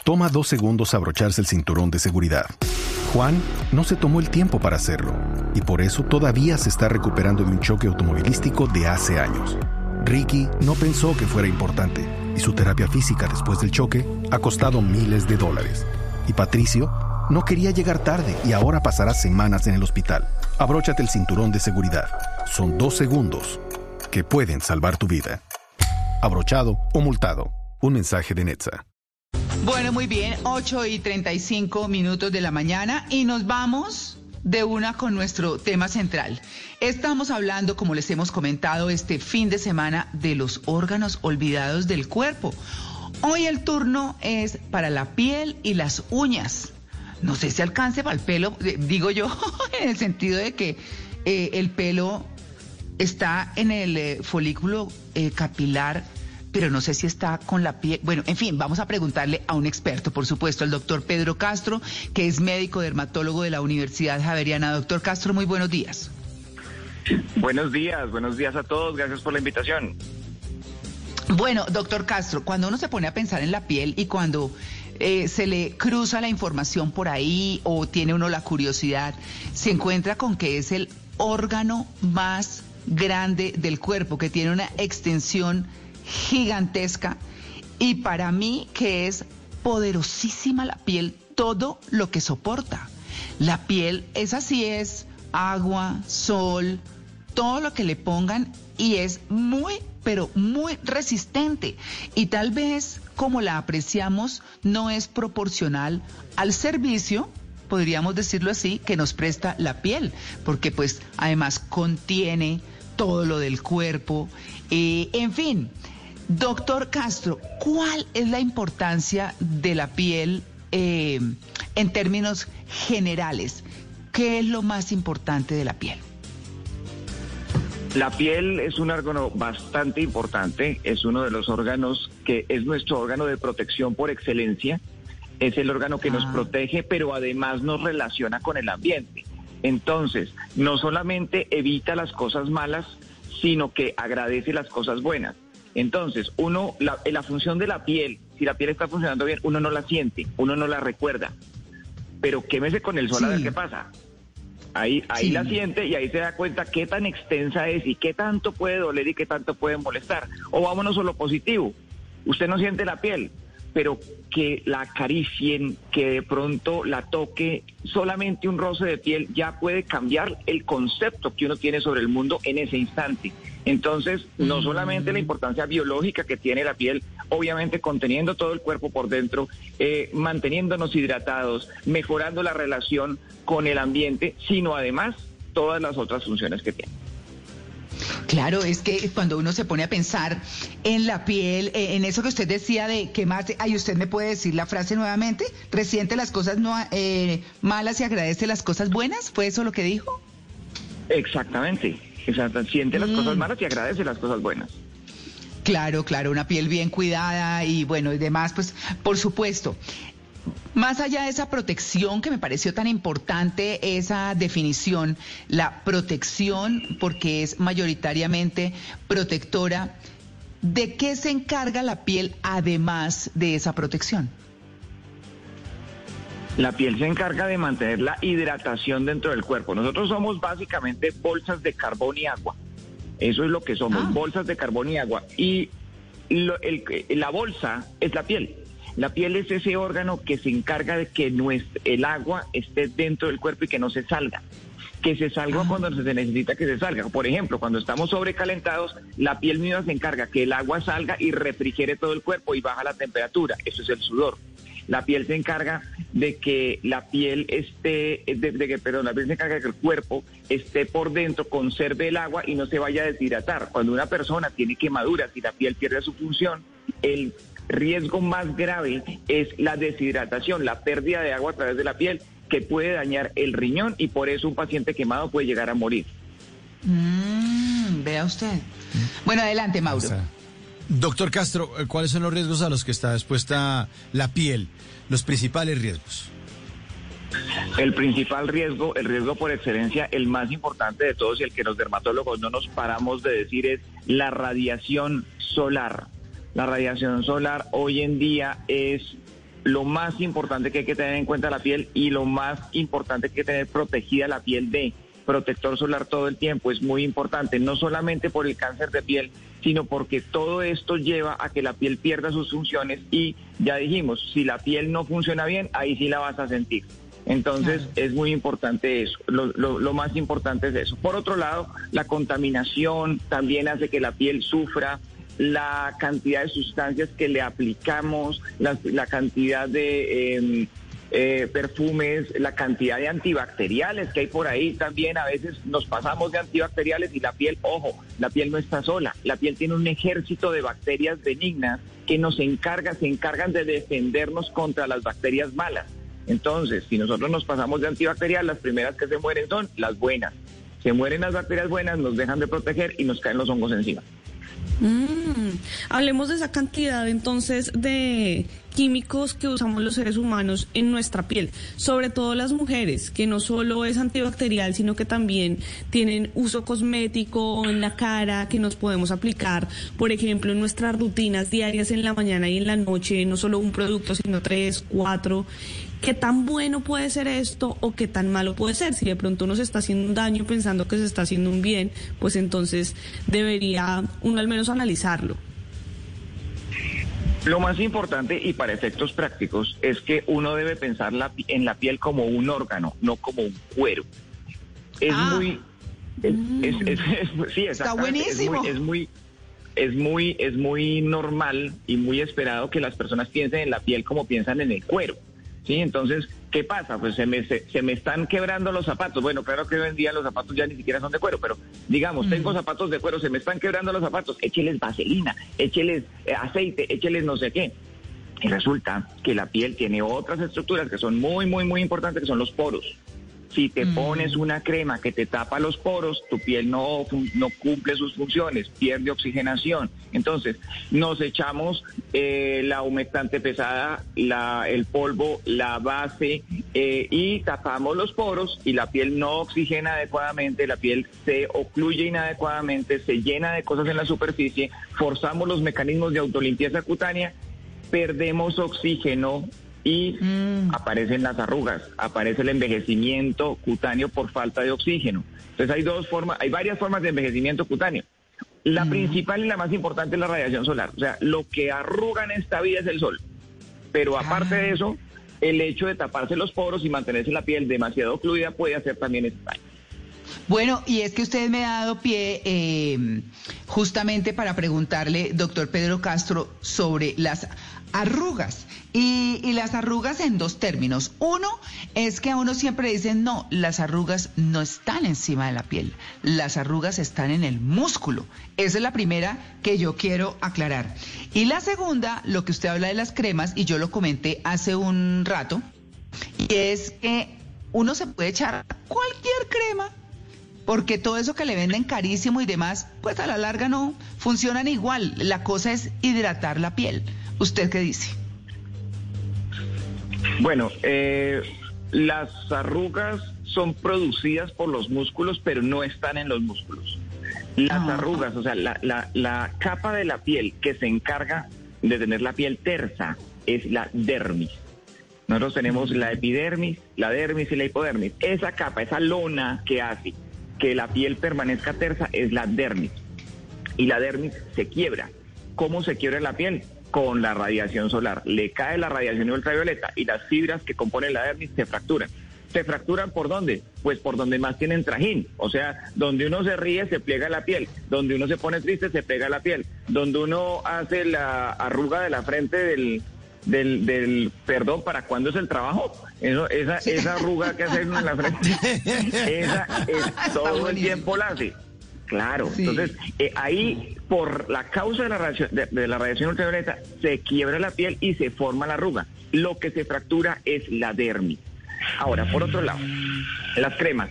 Toma 2 segundos abrocharse el cinturón de seguridad. Juan no se tomó el tiempo para hacerlo y por eso todavía se está recuperando de un choque automovilístico de hace años. Ricky no pensó que fuera importante y su terapia física después del choque ha costado miles de dólares. Y Patricio no quería llegar tarde y ahora pasará semanas en el hospital. Abróchate el cinturón de seguridad. Son 2 segundos que pueden salvar tu vida. Abrochado o multado. Un mensaje de Netza. Bueno, muy bien, 8:35 de la mañana y nos vamos de una con nuestro tema central. Estamos hablando, como les hemos comentado este fin de semana, de los órganos olvidados del cuerpo. Hoy el turno es para la piel y las uñas. No sé si alcance para el pelo, digo yo, en el sentido de que el pelo está en el folículo capilar, pero no sé si está con la piel. Bueno, en fin, vamos a preguntarle a un experto, por supuesto, al doctor Pedro Castro, que es médico dermatólogo de la Universidad Javeriana. Doctor Castro, muy buenos días. Buenos días a todos, gracias por la invitación. Bueno, doctor Castro, cuando uno se pone a pensar en la piel y cuando se le cruza la información por ahí o tiene uno la curiosidad, se encuentra con que es el órgano más grande del cuerpo, que tiene una extensión gigantesca, y para mí que es poderosísima la piel, todo lo que soporta. La piel es así, es agua, sol, todo lo que le pongan, y es muy, pero muy resistente, y tal vez como la apreciamos no es proporcional al servicio, podríamos decirlo así, que nos presta la piel, porque pues además contiene todo lo del cuerpo, en fin. Doctor Castro, ¿cuál es la importancia de la piel en términos generales? ¿Qué es lo más importante de la piel? La piel es un órgano bastante importante, es uno de los órganos que es nuestro órgano de protección por excelencia, es el órgano que nos protege, pero además nos relaciona con el ambiente. Entonces, no solamente evita las cosas malas, sino que agradece las cosas buenas. Entonces, la función de la piel, si la piel está funcionando bien, uno no la siente, uno no la recuerda. Pero quémese con el sol a ver qué pasa. Ahí la siente y ahí se da cuenta qué tan extensa es y qué tanto puede doler y qué tanto puede molestar. O vámonos a lo positivo. Usted no siente la piel, pero que la acaricien, que de pronto la toque, solamente un roce de piel ya puede cambiar el concepto que uno tiene sobre el mundo en ese instante. Entonces, no solamente la importancia biológica que tiene la piel, obviamente conteniendo todo el cuerpo por dentro, manteniéndonos hidratados, mejorando la relación con el ambiente, sino además todas las otras funciones que tiene. Claro, es que cuando uno se pone a pensar en la piel, en eso que usted decía de que más, ¿usted me puede decir la frase nuevamente? ¿Resiente las cosas malas y agradece las cosas buenas? ¿Fue eso lo que dijo? Exactamente. Siente las cosas malas y agradece las cosas buenas. Claro, una piel bien cuidada y bueno, y demás, pues por supuesto. Más allá de esa protección que me pareció tan importante, esa definición, la protección, porque es mayoritariamente protectora, ¿de qué se encarga la piel además de esa protección? La piel se encarga de mantener la hidratación dentro del cuerpo. Nosotros somos básicamente bolsas de carbón y agua. Eso es lo que somos, bolsas de carbón y agua. Y la bolsa es la piel. La piel es ese órgano que se encarga de que el agua esté dentro del cuerpo y que no se salga. Que se salga cuando se necesita que se salga. Por ejemplo, cuando estamos sobrecalentados, la piel misma se encarga que el agua salga y refrigere todo el cuerpo y baja la temperatura. Eso es el sudor. La piel se encarga de que la piel esté, la piel se encarga de que el cuerpo esté por dentro, conserve el agua y no se vaya a deshidratar. Cuando una persona tiene quemaduras y la piel pierde su función, el riesgo más grave es la deshidratación, la pérdida de agua a través de la piel, que puede dañar el riñón y por eso un paciente quemado puede llegar a morir. Vea usted. Bueno, adelante, Mauro. Doctor Castro, ¿cuáles son los riesgos a los que está expuesta la piel? Los principales riesgos. El principal riesgo, el riesgo por excelencia, el más importante de todos y el que los dermatólogos no nos paramos de decir es la radiación solar. La radiación solar hoy en día es lo más importante que hay que tener en cuenta la piel y lo más importante que hay que tener protegida la piel de protector solar todo el tiempo es muy importante, no solamente por el cáncer de piel, sino porque todo esto lleva a que la piel pierda sus funciones y ya dijimos, si la piel no funciona bien, ahí sí la vas a sentir. Entonces es muy importante eso, lo más importante es eso. Por otro lado, la contaminación también hace que la piel sufra, la cantidad de sustancias que le aplicamos, la cantidad de perfumes, la cantidad de antibacteriales que hay por ahí también, a veces nos pasamos de antibacteriales y la piel, ojo, la piel no está sola, la piel tiene un ejército de bacterias benignas que se encargan de defendernos contra las bacterias malas. Entonces, si nosotros nos pasamos de antibacterial, las primeras que se mueren son las buenas. Se mueren las bacterias buenas, nos dejan de proteger y nos caen los hongos encima. Hablemos de esa cantidad entonces de químicos que usamos los seres humanos en nuestra piel, sobre todo las mujeres, que no solo es antibacterial, sino que también tienen uso cosmético en la cara que nos podemos aplicar, por ejemplo, en nuestras rutinas diarias en la mañana y en la noche, no solo un producto, sino 3, 4. ¿Qué tan bueno puede ser esto o qué tan malo puede ser? Si de pronto uno se está haciendo un daño pensando que se está haciendo un bien, pues entonces debería uno al menos analizarlo. Lo más importante y para efectos prácticos es que uno debe pensar en la piel como un órgano, no como un cuero. Es sí, está buenísimo. Es muy normal y muy esperado que las personas piensen en la piel como piensan en el cuero. Sí, entonces, ¿qué pasa? Pues se me están quebrando los zapatos. Bueno, claro que hoy en día los zapatos ya ni siquiera son de cuero, pero digamos, tengo zapatos de cuero, se me están quebrando los zapatos, écheles vaselina, écheles aceite, écheles no sé qué. Y resulta que la piel tiene otras estructuras que son muy, muy, muy importantes, que son los poros. Si te pones una crema que te tapa los poros, tu piel no cumple sus funciones, pierde oxigenación. Entonces, nos echamos la humectante pesada, el polvo, la base y tapamos los poros y la piel no oxigena adecuadamente, la piel se ocluye inadecuadamente, se llena de cosas en la superficie, forzamos los mecanismos de autolimpieza cutánea, perdemos oxígeno y aparecen las arrugas, aparece el envejecimiento cutáneo por falta de oxígeno. Entonces hay varias formas de envejecimiento cutáneo. La principal y la más importante es la radiación solar. O sea, lo que arruga en esta vida es el sol. Pero aparte de eso, el hecho de taparse los poros y mantenerse la piel demasiado ocluida puede hacer también ese daño. Bueno, y es que usted me ha dado pie justamente para preguntarle, doctor Pedro Castro, sobre las arrugas. Y las arrugas en dos términos. Uno es que a uno siempre dicen, no, las arrugas no están encima de la piel, las arrugas están en el músculo. Esa es la primera que yo quiero aclarar. Y la segunda, lo que usted habla de las cremas, y yo lo comenté hace un rato, y es que uno se puede echar cualquier crema, porque todo eso que le venden carísimo y demás, pues a la larga no funcionan igual. La cosa es hidratar la piel. ¿Usted qué dice? Bueno, las arrugas son producidas por los músculos, pero no están en los músculos. Las arrugas, o sea, la capa de la piel que se encarga de tener la piel tersa es la dermis. Nosotros tenemos la epidermis, la dermis y la hipodermis. Esa capa, esa lona que hace que la piel permanezca tersa es la dermis. Y la dermis se quiebra. ¿Cómo se quiebra la piel? Con la radiación solar. Le cae la radiación ultravioleta y las fibras que componen la dermis se fracturan. ¿Se fracturan por dónde? Pues por donde más tienen trajín. O sea, donde uno se ríe se pliega la piel, donde uno se pone triste se pega la piel, donde uno hace la arruga de la frente del perdón, ¿para cuándo es el trabajo? Esa arruga que hace uno en la frente, esa es todo el tiempo la hace. Claro, sí. Entonces ahí por la causa de la radiación ultravioleta se quiebra la piel y se forma la arruga. Lo que se fractura es la dermis. Ahora, por otro lado, las cremas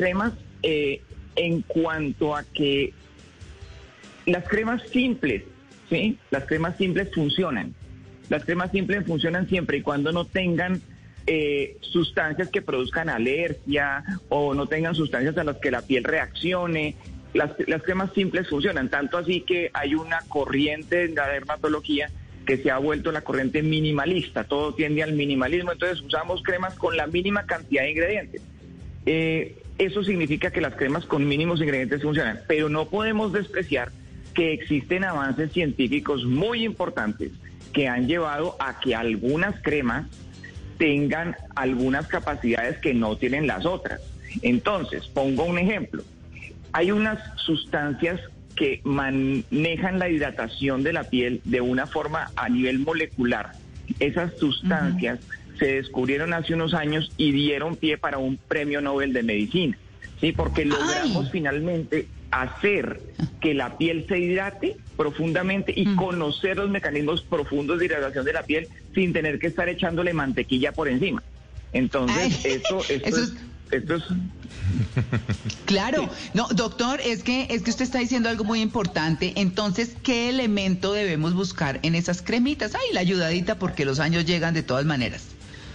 en cuanto a que las cremas simples, ¿sí? Las cremas simples funcionan. Las cremas simples funcionan siempre y cuando no tengan sustancias que produzcan alergia o no tengan sustancias a las que la piel reaccione. Las cremas simples funcionan, tanto así que hay una corriente en la dermatología que se ha vuelto la corriente minimalista, todo tiende al minimalismo, entonces usamos cremas con la mínima cantidad de ingredientes. Eso significa que las cremas con mínimos ingredientes funcionan, pero no podemos despreciar que existen avances científicos muy importantes que han llevado a que algunas cremas tengan algunas capacidades que no tienen las otras. Entonces, pongo un ejemplo. Hay unas sustancias que manejan la hidratación de la piel de una forma a nivel molecular. Esas sustancias se descubrieron hace unos años y dieron pie para un premio Nobel de Medicina, ¿sí? Porque logramos finalmente hacer que la piel se hidrate profundamente y conocer los mecanismos profundos de hidratación de la piel sin tener que estar echándole mantequilla por encima. Entonces, esto es... Claro, no, doctor, es que usted está diciendo algo muy importante. Entonces, ¿qué elemento debemos buscar en esas cremitas? Ay, la ayudadita, porque los años llegan de todas maneras.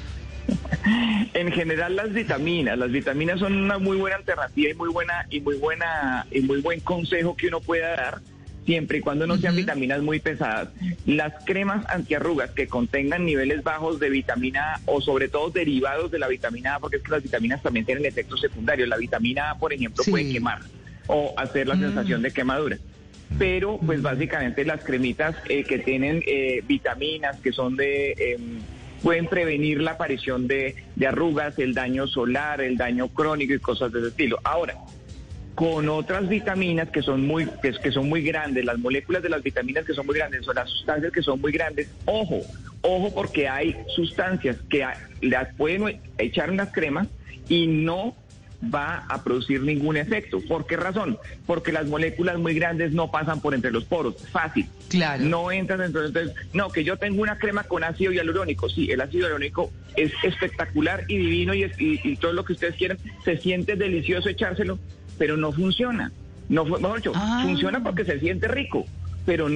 En general las vitaminas son una muy buena alternativa y muy buen consejo que uno pueda dar, siempre y cuando no sean vitaminas muy pesadas. Las cremas antiarrugas que contengan niveles bajos de vitamina A o sobre todo derivados de la vitamina A, porque es que las vitaminas también tienen efectos secundarios. La vitamina A, por ejemplo, puede quemar o hacer la sensación de quemadura. Pero, pues básicamente las cremitas que tienen vitaminas que son pueden prevenir la aparición de arrugas, el daño solar, el daño crónico y cosas de ese estilo. Ahora, con otras vitaminas que son muy grandes, las moléculas de las vitaminas que son muy grandes, o las sustancias que son muy grandes, ojo, porque hay sustancias que las pueden echar en las cremas y no va a producir ningún efecto. ¿Por qué razón? Porque las moléculas muy grandes no pasan por entre los poros, fácil. Claro. No entran dentro. Entonces, no, que yo tengo una crema con ácido hialurónico. Sí, el ácido hialurónico es espectacular y divino y todo lo que ustedes quieran, se siente delicioso echárselo, pero no funciona. Mejor dicho, funciona porque se siente rico, pero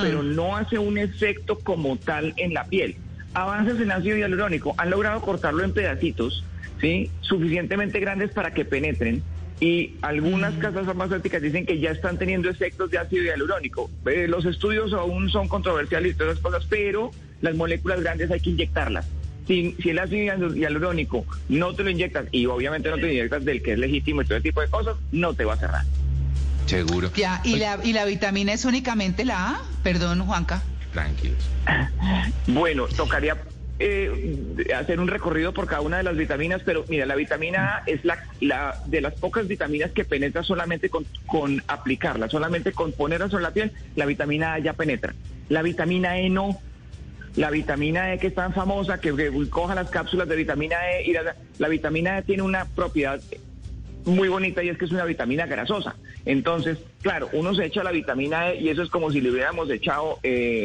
no hace un efecto como tal en la piel. Avances en ácido hialurónico han logrado cortarlo en pedacitos, ¿sí?, suficientemente grandes para que penetren, y algunas casas farmacéuticas dicen que ya están teniendo efectos de ácido hialurónico. Los estudios aún son controversiales y todas esas cosas, pero las moléculas grandes hay que inyectarlas. Si el ácido hialurónico no te lo inyectas, y obviamente no te lo inyectas del que es legítimo y todo ese tipo de cosas, no te va a cerrar. Seguro. Ya, ¿y la vitamina es únicamente la A? Perdón, Juanca. Tranquilos. Bueno, tocaría hacer un recorrido por cada una de las vitaminas, pero mira, la vitamina A es la de las pocas vitaminas que penetra solamente con aplicarla, solamente con ponerla sobre la piel. La vitamina A ya penetra. La vitamina E no. La vitamina E, que es tan famosa, que coja las cápsulas de vitamina E, y la vitamina E tiene una propiedad muy bonita, y es que es una vitamina grasosa. Entonces, claro, uno se echa la vitamina E y eso es como si le hubiéramos echado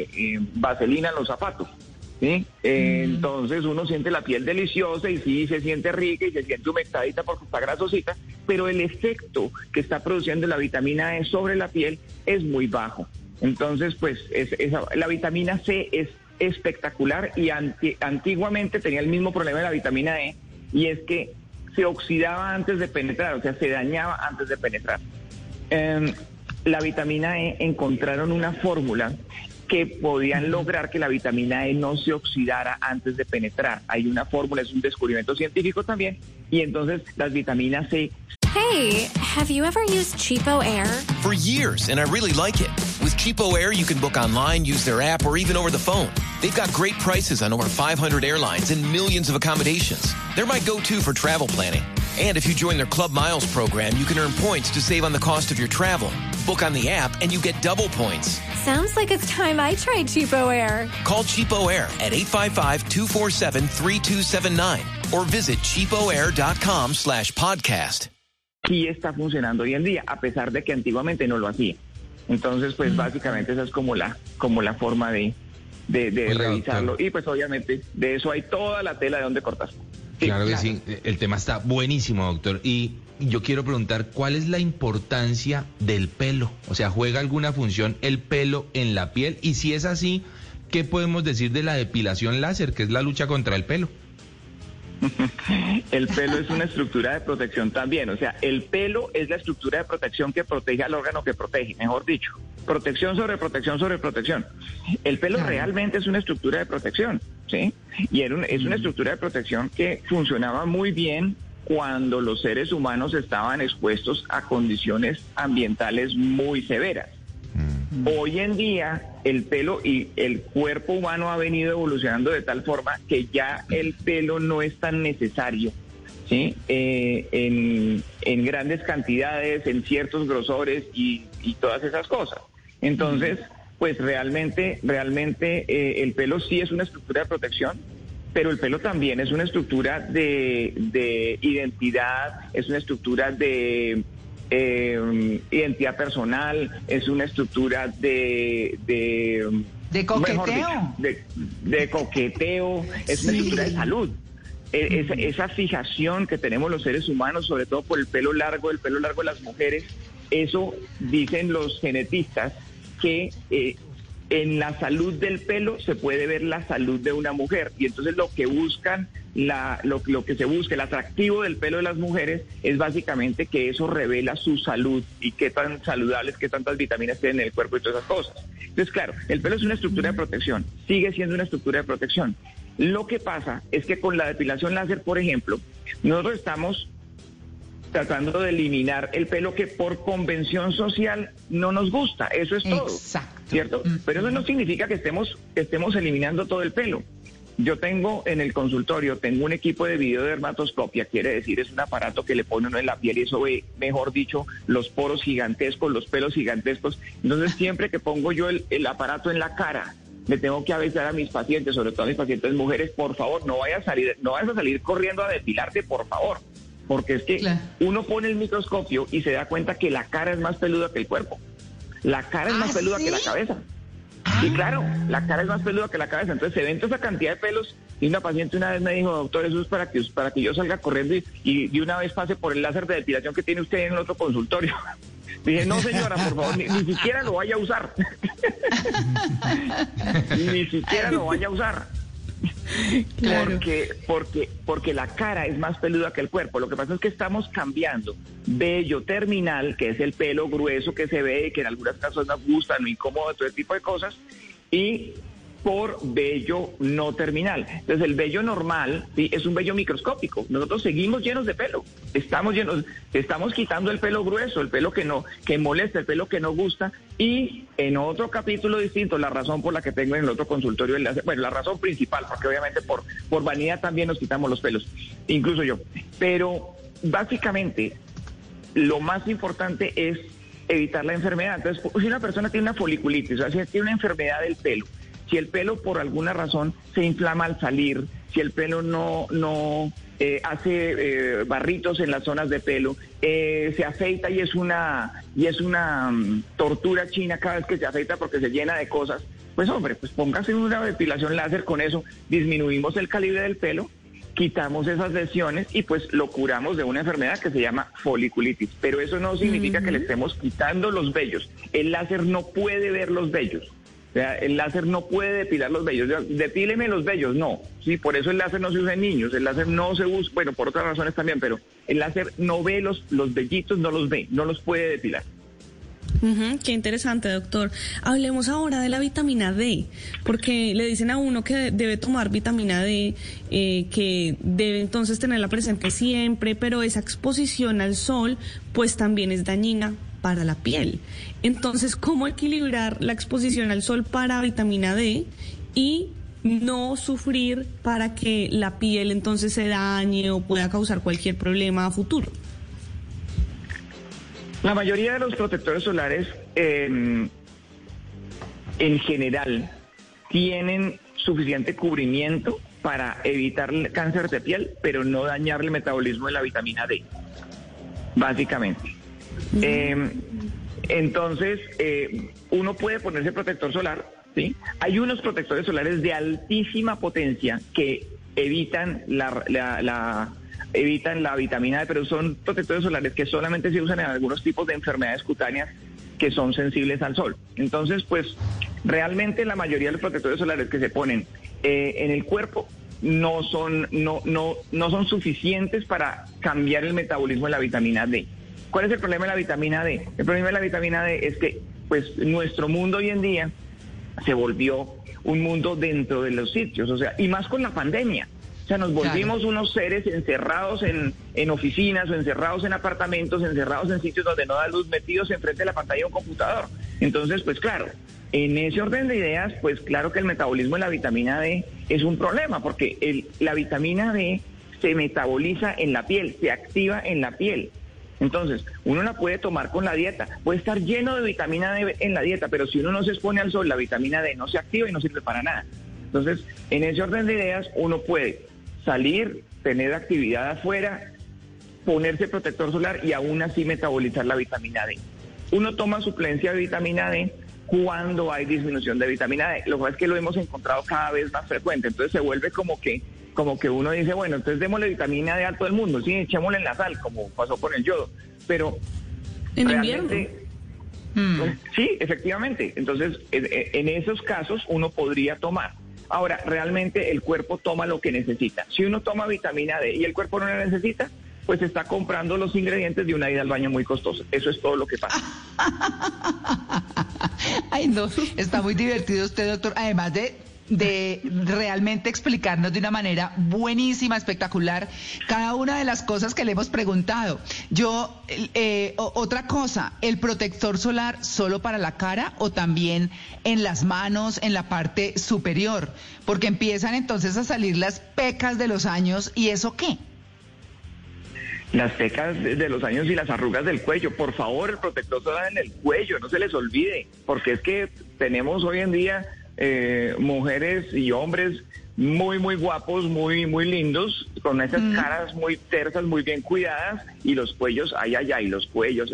vaselina en los zapatos, ¿sí? Entonces uno siente la piel deliciosa y sí, se siente rica y se siente humectadita porque está grasosita, pero el efecto que está produciendo la vitamina E sobre la piel es muy bajo. Entonces, pues, la vitamina C es espectacular, y antiguamente tenía el mismo problema de la vitamina E, y es que se oxidaba antes de penetrar, o sea, se dañaba antes de penetrar. La vitamina E encontraron una fórmula que podían lograr que la vitamina E no se oxidara antes de penetrar. Hay una fórmula, es un descubrimiento científico también, y entonces las vitaminas C. Hey, have you ever used Cheapo Air? For years, and I really like it. With Cheapo Air, you can book online, use their app, or even over the phone. They've got great prices on over 500 airlines and millions of accommodations. They're my go-to for travel planning. And if you join their Club Miles program, you can earn points to save on the cost of your travel. Book on the app, and you get double points. Sounds like it's time I tried Cheapo Air. Call Cheapo Air at 855-247-3279 or visit cheapoair.com/podcast. Sí está funcionando hoy en día, a pesar de que antiguamente no lo hacía. Entonces, pues básicamente esa es como la forma de revisarlo. Doctor. Y pues obviamente de eso hay toda la tela de donde cortar. Sí, claro que sí, el tema está buenísimo, doctor. Y yo quiero preguntar, ¿cuál es la importancia del pelo? O sea, ¿juega alguna función el pelo en la piel? Y si es así, ¿qué podemos decir de la depilación láser, que es la lucha contra el pelo? El pelo es una estructura de protección también, o sea, el pelo es la estructura de protección que protege al órgano que protege, mejor dicho. protección sobre protección sobre protección. El pelo realmente es una estructura de protección, ¿sí? Y es una estructura de protección que funcionaba muy bien cuando los seres humanos estaban expuestos a condiciones ambientales muy severas. Hoy en día el pelo y el cuerpo humano ha venido evolucionando de tal forma que ya el pelo no es tan necesario, ¿sí? En grandes cantidades, en ciertos grosores y todas esas cosas. Entonces, pues realmente el pelo sí es una estructura de protección, pero el pelo también es una estructura de identidad, es una estructura de identidad personal, es una estructura de coqueteo. De coqueteo, es una estructura de salud. Esa fijación que tenemos los seres humanos, sobre todo por el pelo largo de las mujeres, eso dicen los genetistas que en la salud del pelo se puede ver la salud de una mujer, y entonces lo que buscan, lo que se busca, el atractivo del pelo de las mujeres es básicamente que eso revela su salud y qué tan saludables, qué tantas vitaminas tienen en el cuerpo y todas esas cosas. Entonces, claro, el pelo es una estructura de protección, sigue siendo una estructura de protección. Lo que pasa es que con la depilación láser, por ejemplo, nosotros estamos tratando de eliminar el pelo que por convención social no nos gusta. Eso es todo. Exacto. ¿Cierto? Pero eso no significa que estemos eliminando todo el pelo. Yo tengo en el consultorio, tengo un equipo de videodermatoscopia, quiere decir, es un aparato que le pone uno en la piel y eso ve, mejor dicho, los poros gigantescos, los pelos gigantescos. Entonces, siempre que pongo yo el aparato en la cara, le tengo que avisar a mis pacientes, sobre todo a mis pacientes mujeres, por favor, no vayas a salir corriendo a depilarte, por favor. Porque es que uno pone el microscopio y se da cuenta que la cara es más peluda que el cuerpo. La cara es más peluda que la cabeza. Y claro, la cara es más peluda que la cabeza. Entonces se ven toda esa cantidad de pelos. Y una paciente una vez me dijo, doctor, eso es para que yo salga corriendo y de una vez pase por el láser de depilación que tiene usted en el otro consultorio. Dije, no señora, por favor, ni siquiera lo vaya a usar. Ni siquiera lo vaya a usar. Claro. Porque la cara es más peluda que el cuerpo. Lo que pasa es que estamos cambiando vello terminal, que es el pelo grueso que se ve, que en algunas casos nos gusta, no incomoda, todo ese tipo de cosas, y por vello no terminal. Entonces el vello normal, ¿sí?, es un vello microscópico. Nosotros seguimos llenos de pelo. Estamos quitando el pelo grueso, el pelo que molesta, el pelo que no gusta. Y en otro capítulo distinto, la razón por la que tengo en el otro consultorio el láser, bueno, la razón principal, porque obviamente por vanidad también nos quitamos los pelos, incluso yo. Pero básicamente lo más importante es evitar la enfermedad. Entonces, si una persona tiene una foliculitis, o sea, si tiene una enfermedad del pelo, si el pelo por alguna razón se inflama al salir, si el pelo no hace barritos en las zonas de pelo, se afeita y es una tortura china cada vez que se afeita porque se llena de cosas, pues hombre, pues póngase una depilación láser, con eso disminuimos el calibre del pelo, quitamos esas lesiones y pues lo curamos de una enfermedad que se llama foliculitis. Pero eso no significa que le estemos quitando los vellos. El láser no puede ver los vellos. O sea, el láser no puede depilar los vellos. Depíleme los vellos, no. Sí, por eso el láser no se usa en niños. El láser no se usa, bueno, por otras razones también, pero el láser no ve los vellitos, no los ve, no los puede depilar. Qué interesante, doctor. Hablemos ahora de la vitamina D, porque le dicen a uno que debe tomar vitamina D, que debe entonces tenerla presente siempre, pero esa exposición al sol pues también es dañina para la piel. Entonces, ¿cómo equilibrar la exposición al sol para vitamina D y no sufrir para que la piel entonces se dañe o pueda causar cualquier problema a futuro? La mayoría de los protectores solares, en general, tienen suficiente cubrimiento para evitar el cáncer de piel, pero no dañar el metabolismo de la vitamina D, básicamente. Entonces, uno puede ponerse protector solar, ¿sí? Hay unos protectores solares de altísima potencia que evitan evitan la vitamina D, pero son protectores solares que solamente se usan en algunos tipos de enfermedades cutáneas que son sensibles al sol. Entonces, pues, realmente la mayoría de los protectores solares que se ponen en el cuerpo no son suficientes para cambiar el metabolismo de la vitamina D. ¿Cuál es el problema de la vitamina D? El problema de la vitamina D es que pues nuestro mundo hoy en día se volvió un mundo dentro de los sitios, o sea, y más con la pandemia. O sea, nos volvimos unos seres encerrados en oficinas o encerrados en apartamentos, encerrados en sitios donde no da luz, metidos enfrente de la pantalla de un computador. Entonces, pues claro, en ese orden de ideas, pues claro que el metabolismo de la vitamina D es un problema, porque la vitamina D se metaboliza en la piel, se activa en la piel. Entonces, uno la puede tomar con la dieta, puede estar lleno de vitamina D en la dieta, pero si uno no se expone al sol, la vitamina D no se activa y no sirve para nada. Entonces, en ese orden de ideas, uno puede salir, tener actividad afuera, ponerse protector solar y aún así metabolizar la vitamina D. Uno toma suplencia de vitamina D cuando hay disminución de vitamina D. Lo que pasa es que lo hemos encontrado cada vez más frecuente, entonces se vuelve como que uno dice, bueno, entonces démosle vitamina D a todo el mundo, sí, echémosle en la sal, como pasó con el yodo, pero en realmente, sí, efectivamente, entonces en esos casos uno podría tomar. Ahora, realmente el cuerpo toma lo que necesita. Si uno toma vitamina D y el cuerpo no la necesita, pues está comprando los ingredientes de una ida al baño muy costosa. Eso es todo lo que pasa. Ay, no, está muy divertido usted, doctor, además de realmente explicarnos de una manera buenísima, espectacular, cada una de las cosas que le hemos preguntado. Yo, otra cosa, ¿el protector solar solo para la cara o también en las manos, en la parte superior? Porque empiezan entonces a salir las pecas de los años, ¿y eso qué? Las pecas de los años y las arrugas del cuello. Por favor, el protector solar en el cuello, no se les olvide, porque es que tenemos hoy en día mujeres y hombres muy, muy guapos, muy, muy lindos, con esas caras muy tersas, muy bien cuidadas, y los cuellos, los cuellos.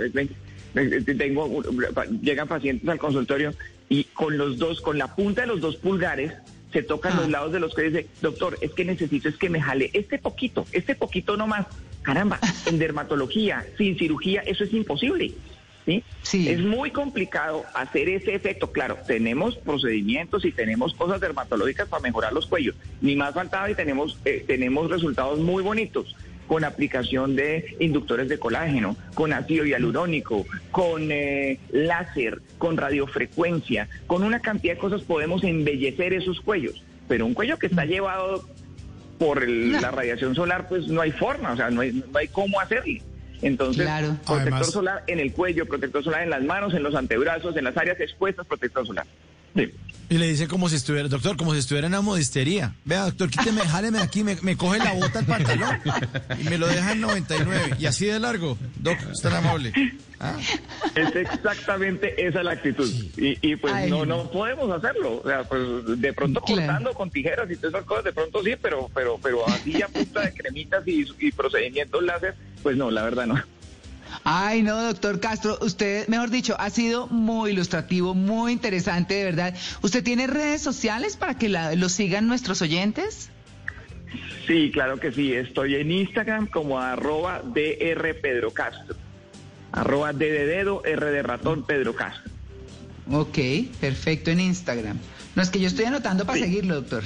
Llegan pacientes al consultorio y con la punta de los 2 pulgares, se tocan los lados de los cuellos y dice, doctor, es que necesito que me jale este poquito nomás. Caramba, en dermatología, sin cirugía, eso es imposible. ¿Sí? Sí. Es muy complicado hacer ese efecto. Claro, tenemos procedimientos y tenemos cosas dermatológicas para mejorar los cuellos. Ni más faltaba, y tenemos resultados muy bonitos con aplicación de inductores de colágeno, con ácido hialurónico, con láser, con radiofrecuencia, con una cantidad de cosas podemos embellecer esos cuellos. Pero un cuello que está llevado por la radiación solar, pues no hay forma, o sea, no hay cómo hacerle. Entonces, protector Además, solar en el cuello, protector solar en las manos, en los antebrazos, en las áreas expuestas, protector solar. Sí. y le dice como si estuviera, doctor, como si estuviera en una modistería. Vea, doctor, quíteme, jáleme de aquí, me coge la bota el pantalón y me lo deja en 99. Y así de largo. Doc, es tan amable. ¿Ah? Es exactamente esa la actitud. Y pues no podemos hacerlo. O sea, pues de pronto cortando con tijeras y todas esas cosas, de pronto sí, pero así a punta de cremitas y procedimientos láser, pues no, la verdad no. Ay, no, doctor Castro, usted, mejor dicho, ha sido muy ilustrativo, muy interesante, de verdad. ¿Usted tiene redes sociales para que lo sigan nuestros oyentes? Sí, claro que sí. Estoy en Instagram como @drpedrocastro. @d de dedo, R de ratón, Pedro Castro. Ok, perfecto, en Instagram. No, es que yo estoy anotando para seguirlo, doctor.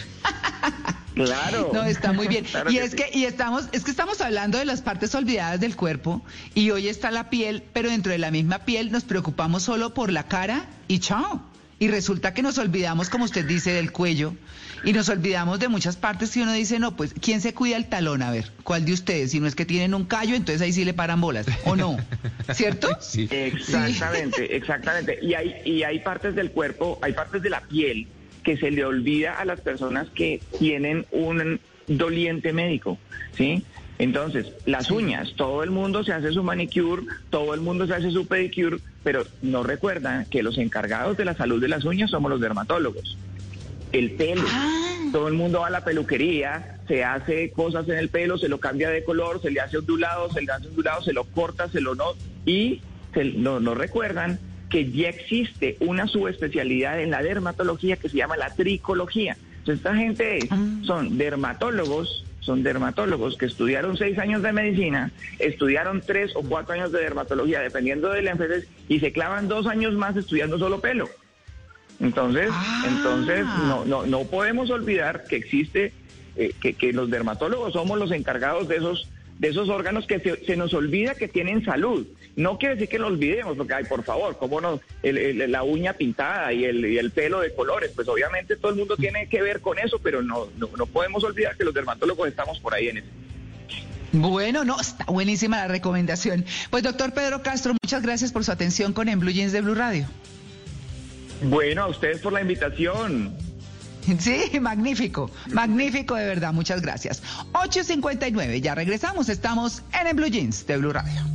Claro. No, está muy bien. Claro Y que es que estamos hablando de las partes olvidadas del cuerpo, y hoy está la piel, pero dentro de la misma piel nos preocupamos solo por la cara y chao. Y resulta que nos olvidamos, como usted dice, del cuello, y nos olvidamos de muchas partes, y uno dice, no, pues, ¿quién se cuida el talón? A ver, ¿cuál de ustedes? Si no es que tienen un callo, entonces ahí sí le paran bolas, ¿o no? ¿Cierto? Sí. Exactamente. Y hay partes del cuerpo, hay partes de la piel que se le olvida a las personas que tienen un doliente médico, ¿sí? Entonces, las uñas, todo el mundo se hace su manicure, todo el mundo se hace su pedicure, pero no recuerdan que los encargados de la salud de las uñas somos los dermatólogos. El pelo, todo el mundo va a la peluquería, se hace cosas en el pelo, se lo cambia de color, se le hace ondulado, se lo corta, no recuerdan que ya existe una subespecialidad en la dermatología que se llama la tricología. Entonces, esta gente son dermatólogos que estudiaron 6 años de medicina, estudiaron 3 o 4 años de dermatología, dependiendo de la enfermedad, y se clavan 2 años más estudiando solo pelo. Entonces no podemos olvidar que existe, que los dermatólogos somos los encargados de de esos órganos que se nos olvida que tienen salud. No quiere decir que lo olvidemos, porque, ay, por favor, ¿cómo no? La uña pintada y el pelo de colores, pues obviamente todo el mundo tiene que ver con eso, pero no podemos olvidar que los dermatólogos estamos por ahí en eso. Bueno, no, está buenísima la recomendación. Pues doctor Pedro Castro, muchas gracias por su atención con En Blue Jeans de Blue Radio. Bueno, a ustedes por la invitación. Sí, magnífico de verdad, muchas gracias. 8:59, ya regresamos, estamos en Blue Jeans de Blue Radio.